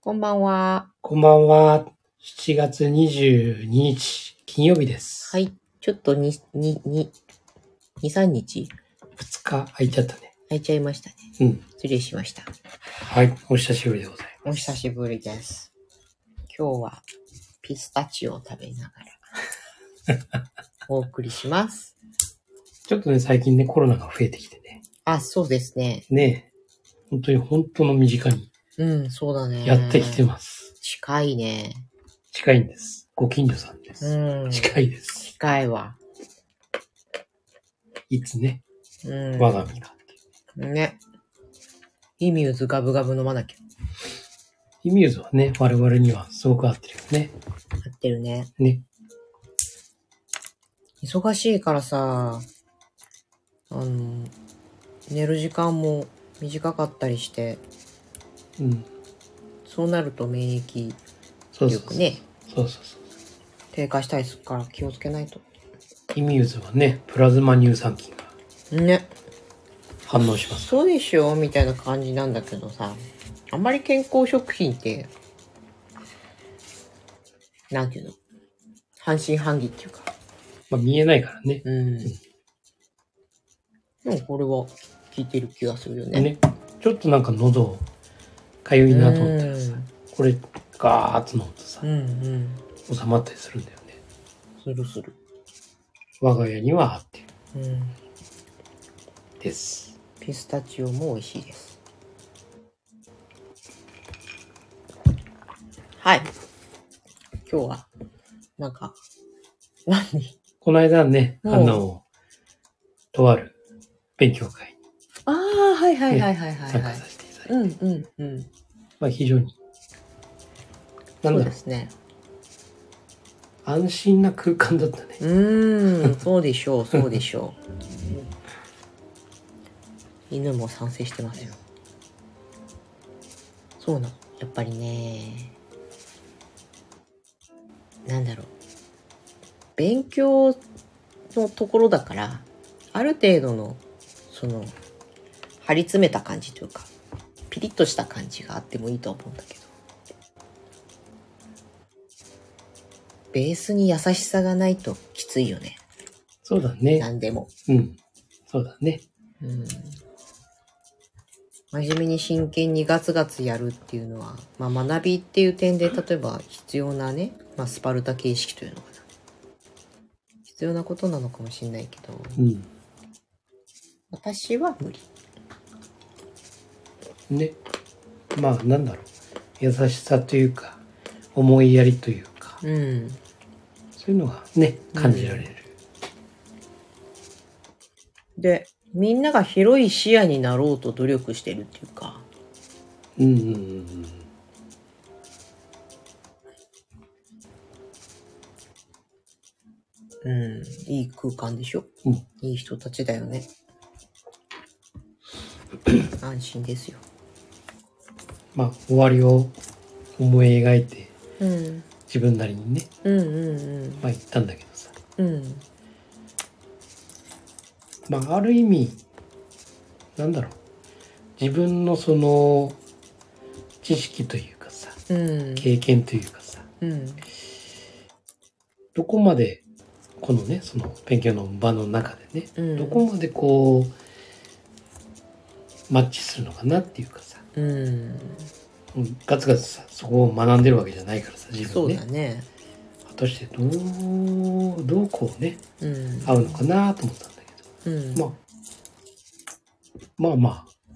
こんばんは。 こんばんは。7月22日、金曜日です。 はい。ちょっと2、3日 2日空いちゃったね。 空いちゃいましたね。 うん。 失礼しました。 はい。お久しぶりでございます。 お久しぶりです。今日はピスタチオを食べながらお送りします。 ちょっとね、最近ね、コロナが増えてきてね。 あ、そうですね。 ねえ。本当の身近にうん、そうだね。 やってきてます。 近いね。 近いんです。ご近所さんです。 うん。 近いです。 近いわ。 いつね、 うん。 我が身が。 ね。イミューズガブガブ飲まなきゃ。 イミューズはね、我々にはすごく合ってるよね。 合ってるね。 ね。 忙しいからさ、寝る時間も短かったりして、 うん。 そうなると免疫そう力ね、 そうそう。 低下したりするから気をつけないと。 イミューズはね、プラズマ乳酸菌がね。 反応します。 そうでしょみたいな感じなんだけどさ、あんまり健康食品って、なんていうの、半信半疑っていうか。 まあ見えないからね。 うん。でもこれは効いてる気がするよね。 ね。ちょっとなんか喉かゆいなと思ったらさ、これガーッと飲むとさ、収まったりするんだよね。 する。 我が家には合ってる。 うん。 です。 ピスタチオも美味しいです。はい。今日は、なんか、 この間ね、とある勉強会に、 ああ、はい。 参加させていただいて。まあ非常に、なんだろう。 そうですね。 安心な空間だったね。 そうでしょう。犬も賛成してますよ。そうなの。やっぱりね、なんだろう。勉強のところだから、ある程度の、張り詰めた感じというか、ピリッとした感じがあってもいいと思うんだけど、ベースに優しさがないときついよね。 そうだね。 何でも。 そうだね。 真面目に真剣にガツガツやるっていうのは、まあ学びっていう点で、例えば必要なね、まあスパルタ形式というのかな。必要なことなのかもしれないけど、私は無理。 ね。まあなんだろう。優しさというか、思いやりというか、そういうのがね、感じられる。 で、みんなが広い視野になろうと努力してるっていうか。いい空間でしょ、いい人たちだよね。安心ですよ。 まあ終わりを思い描いて、自分なりにね、まあ言ったんだけどさ。まあある意味、なんだろう。自分のその知識というかさ、経験というかさ、どこまでこのね、その勉強の場の中でね、どこまでこうマッチするのかなっていうかさ、ガツガツさそこを学んでるわけじゃないからさ、自分ね。 そうだね。 果たしてどうこうね、合うのかなと思ったんだけど、まあ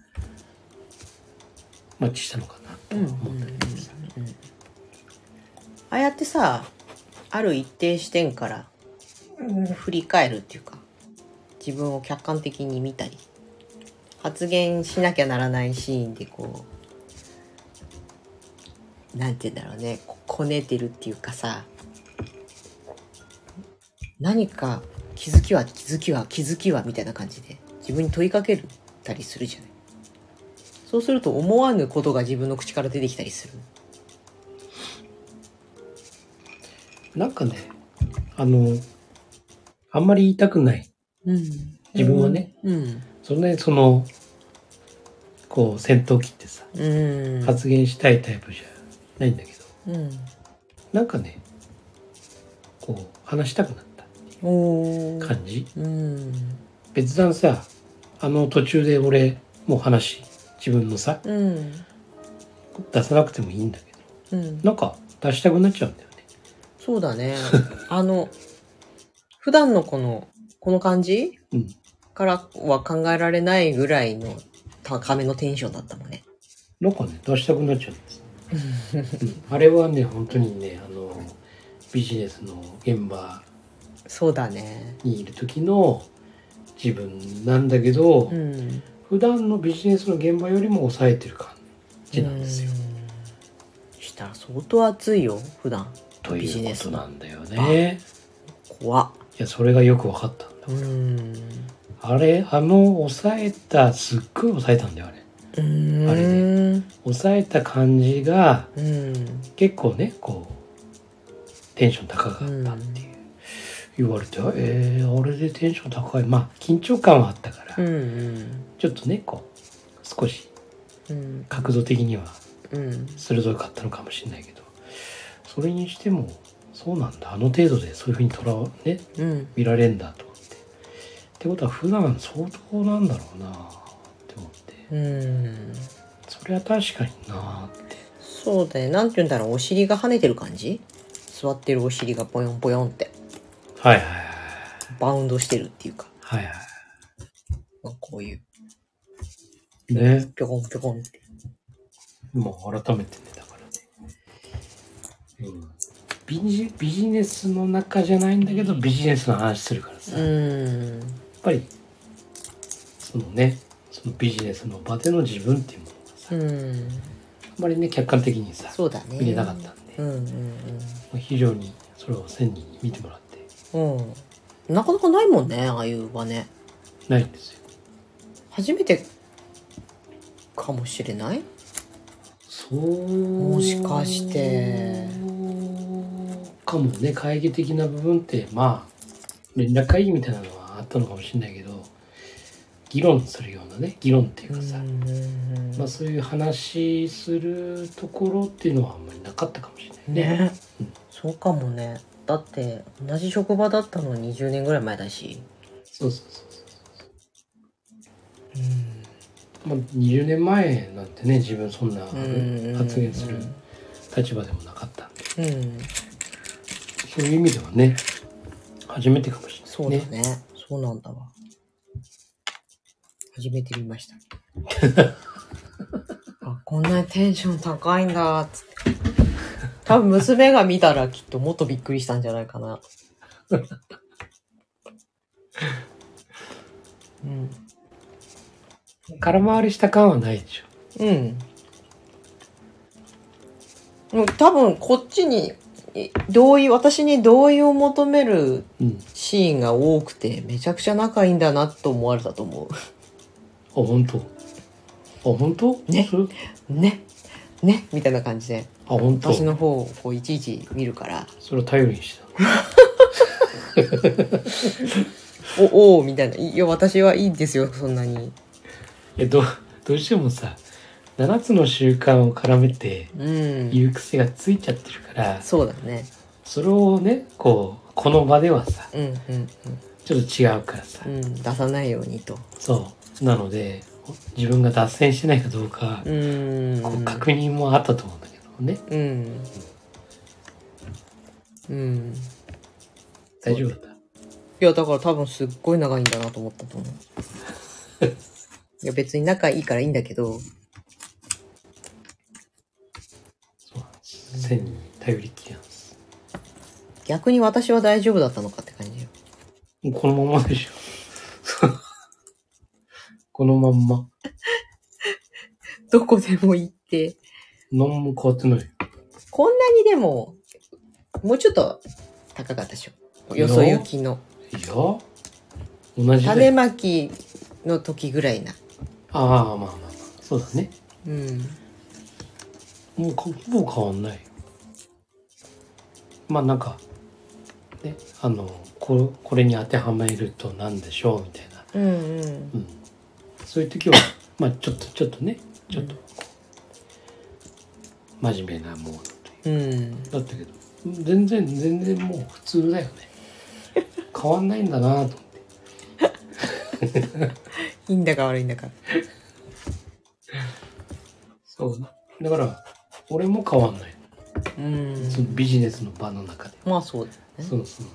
マッチしたのかなと思ったりさ。 ああやってさ、ある一定視点から振り返るっていうか、自分を客観的に見たり、発言しなきゃならないシーンでこう、なんて言うんだろうね、こねてるっていうかさ、何か気づきはみたいな感じで自分に問いかけたりするじゃない。そうすると思わぬことが自分の口から出てきたりする。 なんかね、あんまり言いたくない。自分はね、そんなにこう戦闘機ってさ、発言したいタイプじゃないんだけど、 うん、 なんかねこう話したくなったっていう感じ、うん、別段さ途中で俺もう話自分のさ、うん、出さなくてもいいんだけど、うん、なんか出したくなっちゃうんだよね。 そうだね普段のこの感じ、うん、からは考えられないぐらいの高めのテンションだったもんね。 なんかね出したくなっちゃうんです、うん、あれはね本当にねビジネスの現場そうだねにいる時の自分なんだけど、うん、普段のビジネスの現場よりも抑えてる感じなんですよ。 したら相当暑いよ普段ということなんだよね。 怖っ。 いやそれがよく分かったんだ。あれ抑えたすっごい抑えたんだよあれ。あれね抑えた感じが結構ねこうテンション高かったっていう言われてあれでテンション高いまあ緊張感はあったから、ちょっとねこう少し角度的には鋭かったのかもしれないけど、それにしてもそうなんだ程度でそういうふうに見られるんだと思ってってことは普段相当なんだろうなって思ってそれは確かになって。 そうだねなんて言うんだろうお尻が跳ねてる感じ座ってるお尻がポヨンポヨンってはいはいバウンドしてるっていうかはいはいこういうねぴょこんぴょこんってもう改めてねだからね、ビジネスの中じゃないんだけどビジネスの話するからさやっぱりそのビジネスの場での自分っていうものがさあんまりね客観的にさそうだね見れなかったんで、非常にそれを1000人に見てもらって、 なかなかないもんねああいう場ね。 ないんですよ。 初めてかもしれない。もしかしてかもね。会議的な部分ってまあ連絡会議みたいなのはあったのかもしれないけど議論するようなね議論っていうかさまあそういう話するところっていうのはあんまりなかったかもしれないね。 そうかもね。だって同じ職場だったの20年ぐらい前だし。 そうまあ、20年前なんてね自分そんな発言する立場でもなかったんで、そういう意味ではね初めてかもしれないね。 そうだね。そうなんだわ。初めて見ました。あ、こんなにテンション高いんだっつって。多分娘が見たらきっともっとびっくりしたんじゃないかな。 空回りした感はないでしょ。多分こっちに私に同意を求めるシーンが多くて、めちゃくちゃ仲いいんだなと思われたと思う。 本当ねみたいな感じで私の方をこういちいち見るからそれを頼りにしたおみたいな。いや私はいいんですよそんなに。 どうしてもさ7つの習慣を絡めて言う癖がついちゃってるから、 そうだね。 それをねこの場ではさ、ちょっと違うからさ、 出さないようにと。 そうなので自分が脱線してないかどうかこう確認もあったと思うんだけどね。大丈夫だった？いやだから多分すっごい仲いいんだなと思ったと思う。いや別に仲いいからいいんだけど。 そうなんです。1000人に頼りっきりなんです。 逆に私は大丈夫だったのかって感じよ。 このままでしょ。このまんま。 どこでも行って。 何も変わってない。 こんなにでも、もうちょっと高かったでしょ。よそ行きの。 いや、同じだよ。 種まきの時ぐらいな。 ああ、まあ。そうだね。もうほぼ変わんないよ。まあなんか、ね、これに当てはめると何でしょうみたいな。そういう時は、まあちょっとね、 真面目なモードというか、だったけど全然もう普通だよね。変わんないんだなと思って。 いいんだか悪いんだか。 そうだから俺も変わんない。そのビジネスの場の中で。 まあそうだよね。 そうそう。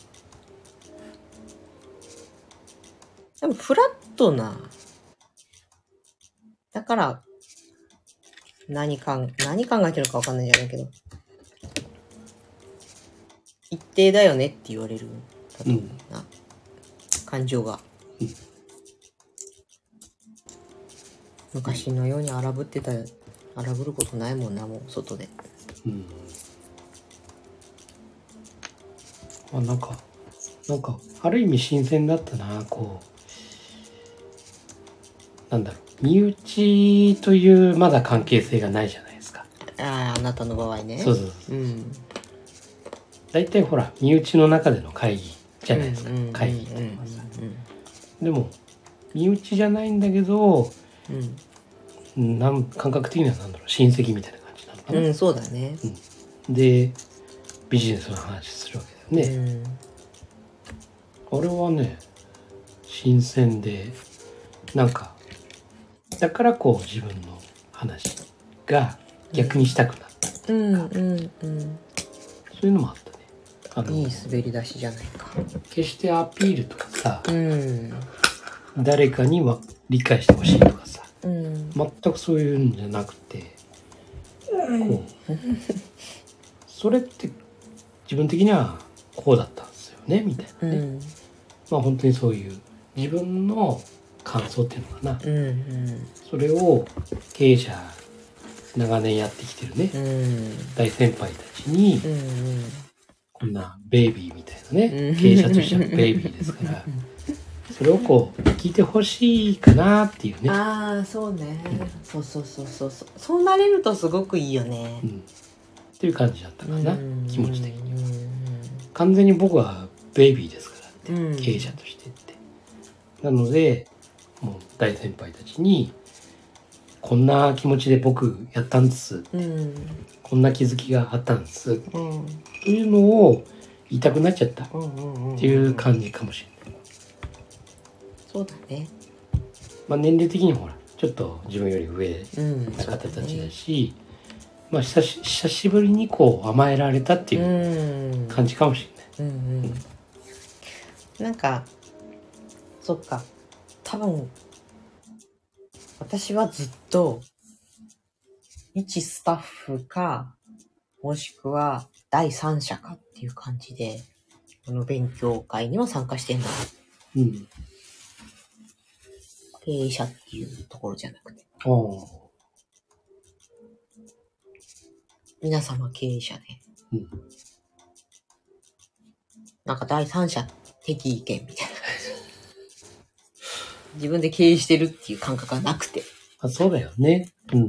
でもフラットな。だから何考えてるのか分かんないんじゃないけど、一定だよねって言われるだと思うな、感情が。昔のように荒ぶることないもんな、もう外で。 まあなんかある意味新鮮だったな。こうなんだろう、身内というまだ関係性がないじゃないですか。 あなたの場合ね。 そうそうそう。大体ほら身内の中での会議じゃないですか、会議っていうのはさ。でも身内じゃないんだけど、感覚的にはなんだろう、親戚みたいな感じなのかな。 そうだね。 でビジネスの話するわけだよね。あれはね新鮮で、なんかだからこう自分の話が逆にしたくなったっていうか、そういうのもあったね。 いい滑り出しじゃないか。 決してアピールとかさ、誰かには理解してほしいとかさ、全くそういうんじゃなくて、こうそれって自分的にはこうだったんですよねみたいなね。まあ本当にそういう自分の感想っていうのかな、それを経営者長年やってきてるね、大先輩たちに、こんなベイビーみたいなね、経営者としてはベイビーですからそれをこう聞いてほしいかなっていうね。 ああそうね、そうそうなれるとすごくいいよね、 っていう感じだったかな、気持ち的には。完全に僕はベイビーですからって、経営者としてって。なのでもう大先輩たちにこんな気持ちで僕やったんです、こんな気づきがあったんです、というのを言いたくなっちゃったっていう感じかもしれない。 そうだね。 まあ年齢的にほらちょっと自分より上な方たちだし、まあ久しぶりにこう甘えられたっていう感じかもしれない。 なんかそっか、多分私はずっと一スタッフかもしくは第三者かっていう感じでこの勉強会には参加してんだ。経営者っていうところじゃなくて、皆様経営者で、なんか第三者的意見みたいな感じ。自分で経営してるっていう感覚がなくて。 そうだよね。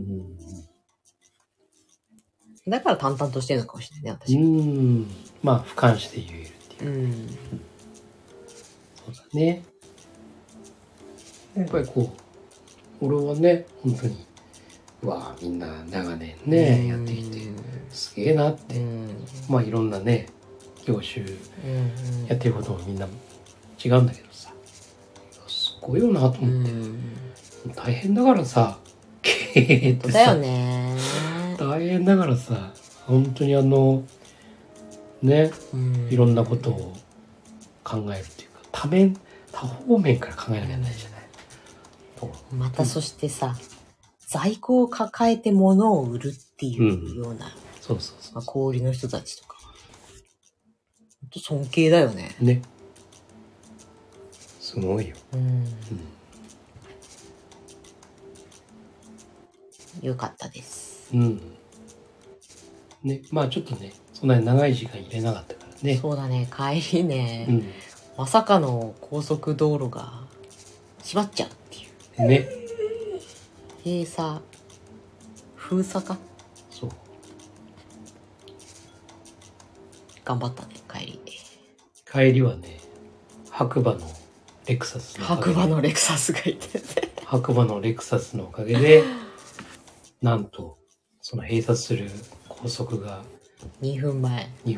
だから淡々としてるのかもしれないね、私は。 まあ俯瞰して言えるっていう。そうだね。やっぱりこう俺はね本当にみんな長年ねやってきてすげえなって、まあいろんなね業種やってることもみんな違うんだけどさ、すごいよなと思って、大変だからさ経営ってさ、 だよね、 大変だからさ、本当にね、いろんなことを考えるっていうか多方面から考えなきゃいけないじゃない。 またそしてさ、在庫を抱えて物を売るっていうような、小売りの人たちとか本当尊敬だよね。 ね、すごいよ。 よかったです。 ね、まあちょっとねそんなに長い時間入れなかったからね。 そうだね、帰りね、まさかの高速道路が閉まっちゃうっていうね。 閉鎖封鎖か。 そう。 頑張ったね、 帰りはね、白馬のレクサスのおかげで。 白馬のレクサスがいてね。 白馬のレクサスのおかげでなんとその閉鎖する高速が 2分前に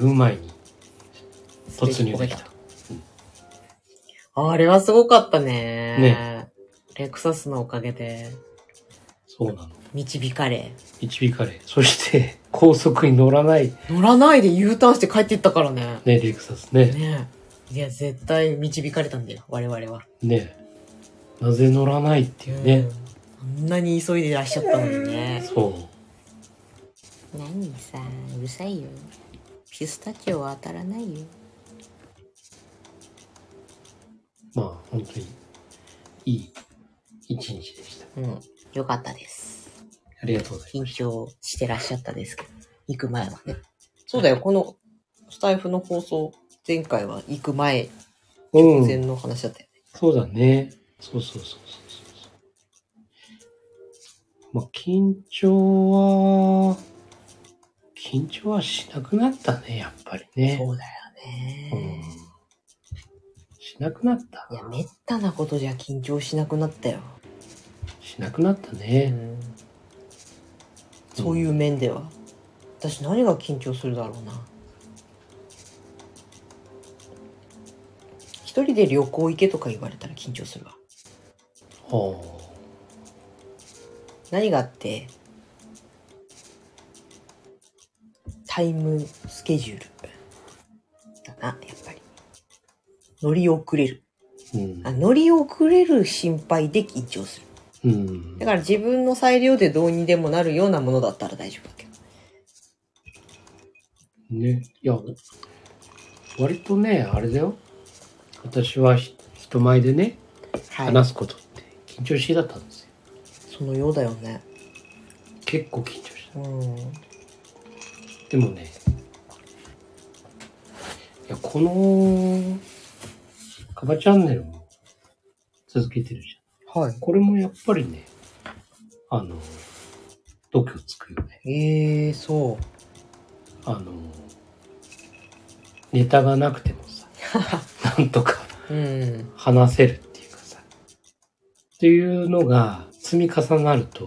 突入できた。 あれはすごかったね。 ね。 レクサスのおかげで。 そうなの。 導かれ。 そして、高速に乗らない。 乗らないで U ターンして帰っていったからね。 ね、レクサスね。 ね。いや、絶対導かれたんだよ、我々は。 ね。なぜ乗らないっていうね。 あんなに急いでいらっしゃったのにね。 そう。 何さ、うるさいよ。ピスタチオは当たらないよ。 まあ、本当に、いい一日でした。 よかったです。 ありがとうございます。 緊張してらっしゃったですけど、行く前はね。そうだよ、このスタイフの放送、前回は行く前、直前の話だったよね。 そうだね。そう。まあ、緊張はしなくなったね、やっぱりね。 そうだよね。 しなくなった。 いや、めったなことじゃ緊張しなくなったよ。 しなくなったね。 そういう面では。私何が緊張するだろうな。一人で旅行行けとか言われたら緊張するわ。何があって、タイムスケジュールだな、やっぱり。乗り遅れる。乗り遅れる心配で緊張する。だから自分の裁量でどうにでもなるようなものだったら大丈夫だけど。 ね、いや、割とね、あれだよ。私は人前でね、話すことって緊張しいだったんですよ。 そのようだよね。 結構緊張した。でもね、いや、このカバチャンネルも続けてるじゃん。はい。これもやっぱりね、度胸つくよね。 そう。 ネタがなくてもさ、なんとか話せるっていうかさ、っていうのが積み重なると、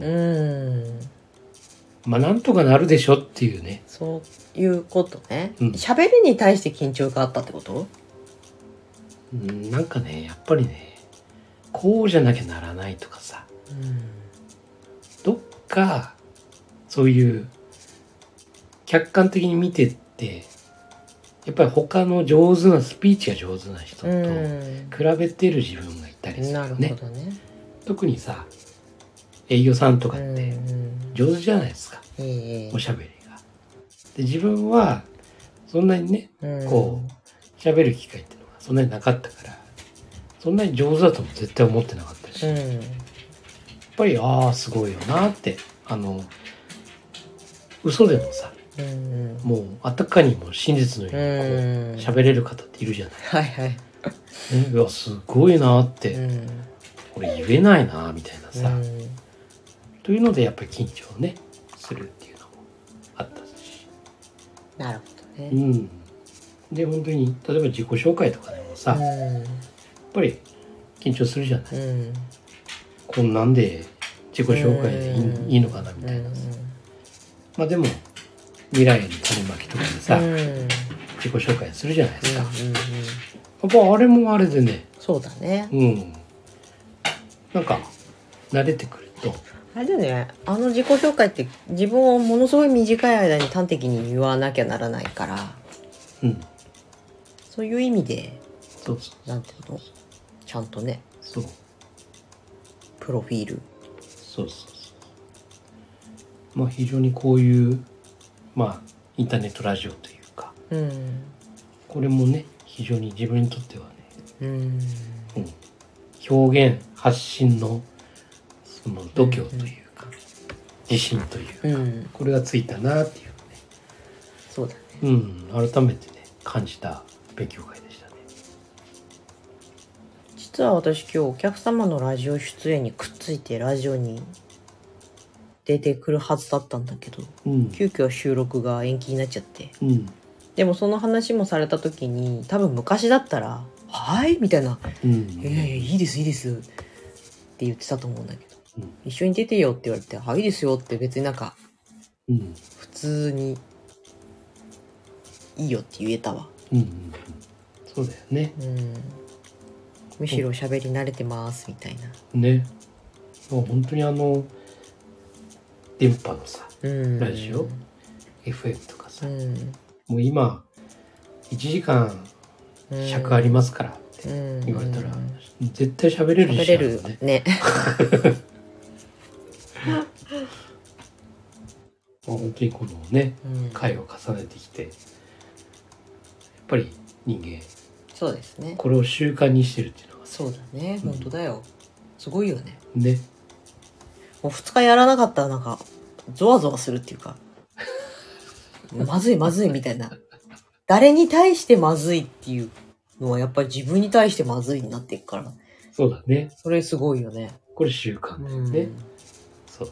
まあなんとかなるでしょっていうね。 そういうことね。喋るに対して緊張があったってこと？ なんかね、やっぱりね、こうじゃなきゃならないとかさ、どっかそういう客観的に見てって、やっぱり他の上手なスピーチが上手な人と比べてる自分がいたりするよね。なるほどね。特にさ、営業さんとかって上手じゃないですか。おしゃべりが。で、自分はそんなにね、こう、喋る機会っていうのがそんなになかったから、そんなに上手だとも絶対思ってなかったし、やっぱり、すごいよなって、嘘でもさ、もうあたかにも真実のようにこう喋れる方っているじゃない。はいはい。いや、すごいなって、俺言えないなみたいなさ、というのでやっぱり緊張ねするっていうのもあったし。 なるほどね。 で本当に例えば自己紹介とかでもさ、やっぱり緊張するじゃない。こんなんで自己紹介でいいのかなみたいなさ。まあでも未来に種まきとかでさ、自己紹介するじゃないですか。やっぱあれもあれでね。 そうだね。 なんか慣れてくると。 あれだよね。自己紹介って自分をものすごい短い間に端的に言わなきゃならないから。そういう意味で。なんていうの？ちゃんとね。プロフィール。 まあ非常にこういうまあインターネットラジオというか、これもね非常に自分にとってはね、表現発信のその度胸というか、自信というか、これがついたなっていうね。 そうだね。改めてね感じた勉強会でしたね。 実は私今日お客様のラジオ出演にくっついてラジオに出てくるはずだったんだけど、急遽収録が延期になっちゃって、でもその話もされた時に多分昔だったら「はい」みたいな「いいですいいです」って言ってたと思うんだけど、一緒に出てよって言われて「はいいいですよ」って別になんか普通にいいよって言えたわ。 そうだよね。 むしろ喋り慣れてますみたいな。 ね。本当に電波のさ、ラジオ、FM とかさ、もう今1時間尺ありますからって言われたら、絶対喋れるし、 喋れるね。 本当にこのね、回を重ねてきて、やっぱり人間、 そうですね。 これを習慣にしてるっていうのは、 そうだね。本当だよ。すごいよね。 ね。 もう2日やらなかったらなんかゾワゾワするっていうか、まずいまずいみたいな。誰に対してまずいっていうのはやっぱり自分に対してまずいになっていくから。 そうだね。 それすごいよね。 これ習慣だよね。そう。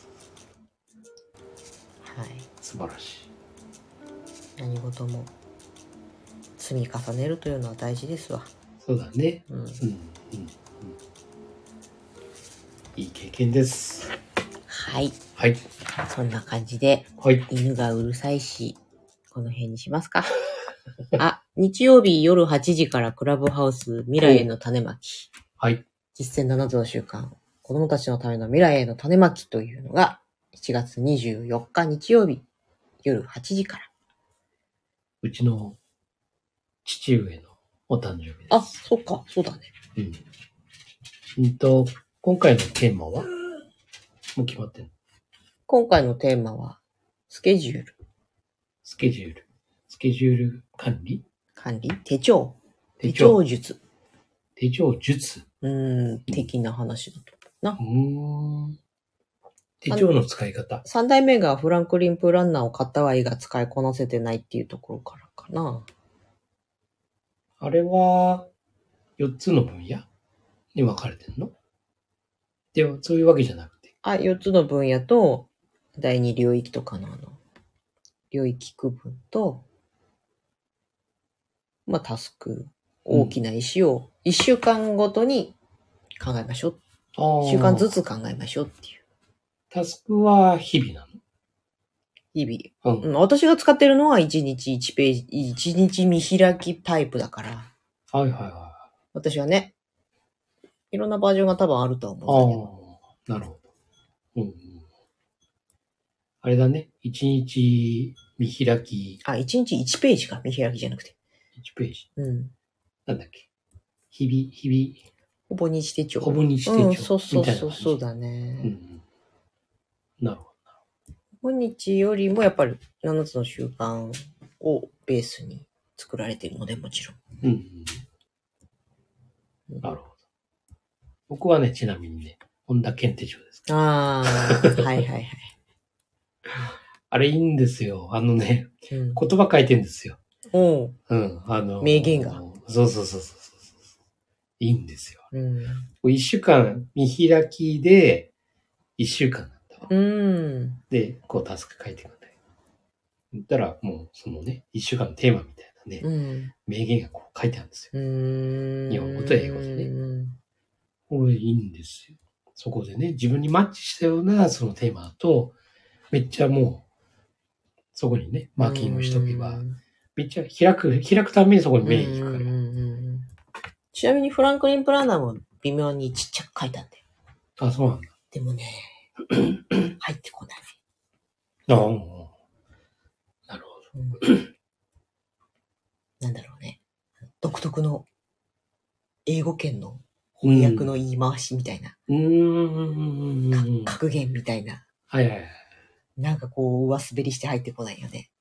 はい。 素晴らしい。 何事も積み重ねるというのは大事ですわ。 そうだね。いい経験です。 はい。 はい。 そんな感じで、 はい、 犬がうるさいし、この辺にしますか。日曜日夜8時からクラブハウス未来への種まき。 はい。 実践7つの習慣。子供たちのための未来への種まきというのが、7月24日日曜日夜8時から。 うちの父上のお誕生日です。 そっか、そうだね。 今回のテーマはもう決まってるの？ 今回のテーマは、スケジュール。 スケジュール管理手帳術。 手帳術。 的な話だとな。 手帳の使い方。 3代目がフランクリンプランナーを買ったはいいが使いこなせてないっていうところからかな。 あれは、4つの分野に分かれてんの？では、そういうわけじゃなくて。 4つの分野と、第2領域とかの領域区分と、タスク、大きな石を1週間ごとに考えましょう。1週間ずつ考えましょうっていう。 タスクは日々なの？ 日々。私が使ってるのは1日1ページ、1日見開きタイプだから。私はね、いろんなバージョンが多分あるとは思うんだけど。なるほど。あれだね。1日見開き。 1日1ページか。見開きじゃなくて。 1ページ。なんだっけ。日々。 ほぼ日手帳。 ほぼ日手帳。 そうだね。 なるほど。 ほぼ日よりもやっぱり7つの習慣をベースに作られているので、もちろん。 なるほど。僕はね、ちなみにね、本田健手帳ですから。はい。 あれいいんですよ。言葉書いてんですよ。 名言が。 そう。いいんですよ。1週間見開きで、1週間だったわ。で、タスク書いていくんだよ。言ったら、もう、そのね、1週間のテーマみたいなね、名言が書いてあるんですよ。日本語と英語でね。これいいんですよ。そこでね、自分にマッチしたようなそのテーマだと、めっちゃもう、そこにね、マーキングしとけば、めっちゃ開くためにそこに目いくから。 ちなみにフランクリン・プランナーも微妙にちっちゃく書いたんだよ。 そうなんだ。 でもね、入ってこない。なるほど。なんだろうね。独特の英語圏の翻訳の言い回しみたいな。格言みたいな。なんか上滑りして入ってこないよね。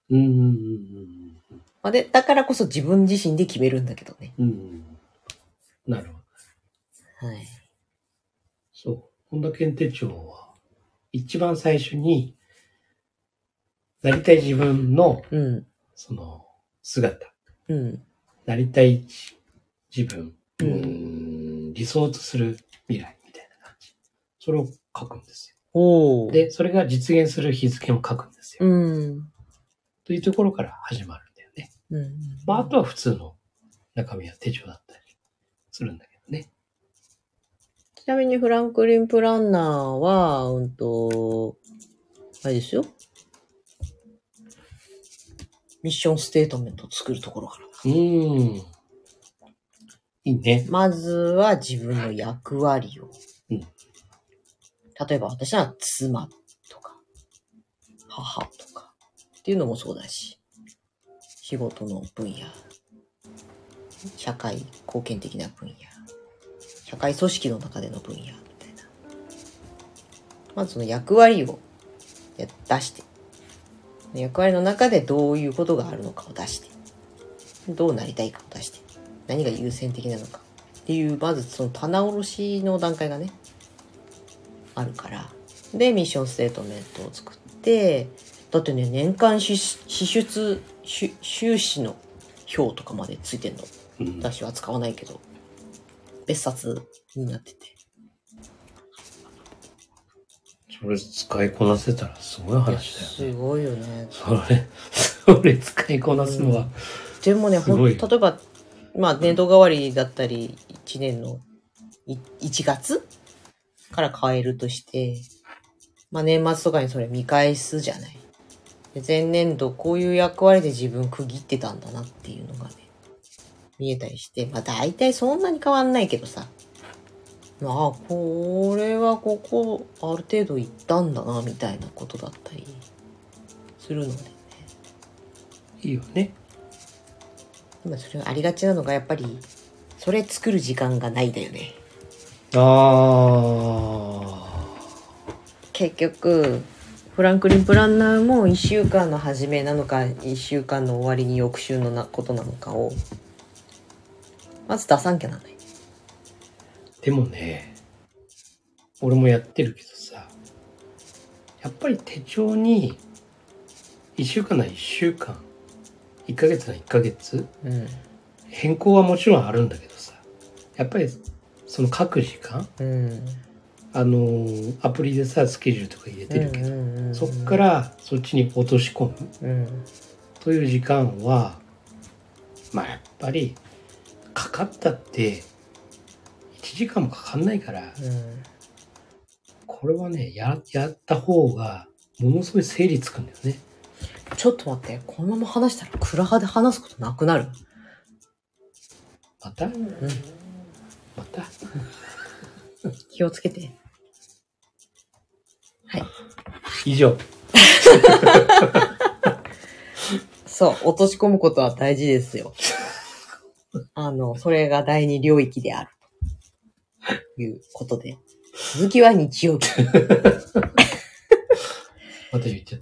だからこそ自分自身で決めるんだけどね。 なるほど。はい。そう。本田健手帳は、一番最初に、なりたい自分の、その、姿。なりたい自分。理想とする未来みたいな感じ。それを書くんですよ。で、それが実現する日付も書くんですよ。というところから始まるんだよね。あとは普通の中身は手帳だったりするんだけどね。 ちなみにフランクリン・プランナーは、あれですよ。 ミッションステートメントを作るところからだ。 いいね。 まずは自分の役割を。例えば私は妻とか、母とかっていうのもそうだし、仕事の分野、社会貢献的な分野、社会組織の中での分野みたいな。まずその役割を出して、役割の中でどういうことがあるのかを出して、どうなりたいかを出して、何が優先的なのかっていう、まずその棚卸しの段階がね、あるから。で、ミッションステートメントを作って、だってね、年間収支の表とかまでついてんの。私は使わないけど、別冊になってて。 それ使いこなせたらすごい話だよね。 すごいよね。 それ使いこなすのは、 でもね、例えば、まあ年度替わりだったり、1年の1月から変えるとして、まあ年末とかにそれ見返すじゃない。で前年度こういう役割で自分区切ってたんだなっていうのがね、見えたりして、まあ大体そんなに変わんないけどさ、まあこれはここある程度いったんだなみたいなことだったりするのでね。 いいよね。 今それがありがちなのがやっぱり、それ作る時間がないんだよね。結局、フランクリンプランナーも1週間の初めなのか、1週間の終わりに翌週のことなのかを、まず出さんきゃなんない。 でもね、俺もやってるけどさ、やっぱり手帳に、1週間なら1週間、1ヶ月なら1ヶ月、変更はもちろんあるんだけどさ、やっぱりその各時間、アプリでさ、スケジュールとか入れてるけど、そっからそっちに落とし込む、という時間は、まあやっぱりかかったって1時間もかかんないから、これはね、やった方がものすごい整理つくんだよね。 ちょっと待って、このまま話したらクラハで話すことなくなる。 また？また？ 気をつけて。はい。 以上。 そう、落とし込むことは大事ですよ。それが第二領域である。ということで。続きは日曜日。 また言っちゃった。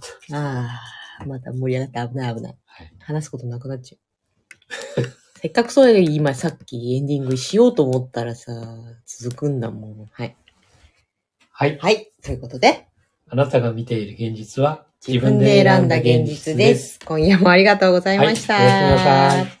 また盛り上がって危ない。はい、話すことなくなっちゃう。せっかくそれ今さっきエンディングしようと思ったらさ、続くんだもん。はい。はい。はい。ということで。 あなたが見ている現実は自分で選んだ現実です。今夜もありがとうございました。 はい、おやすみなさい。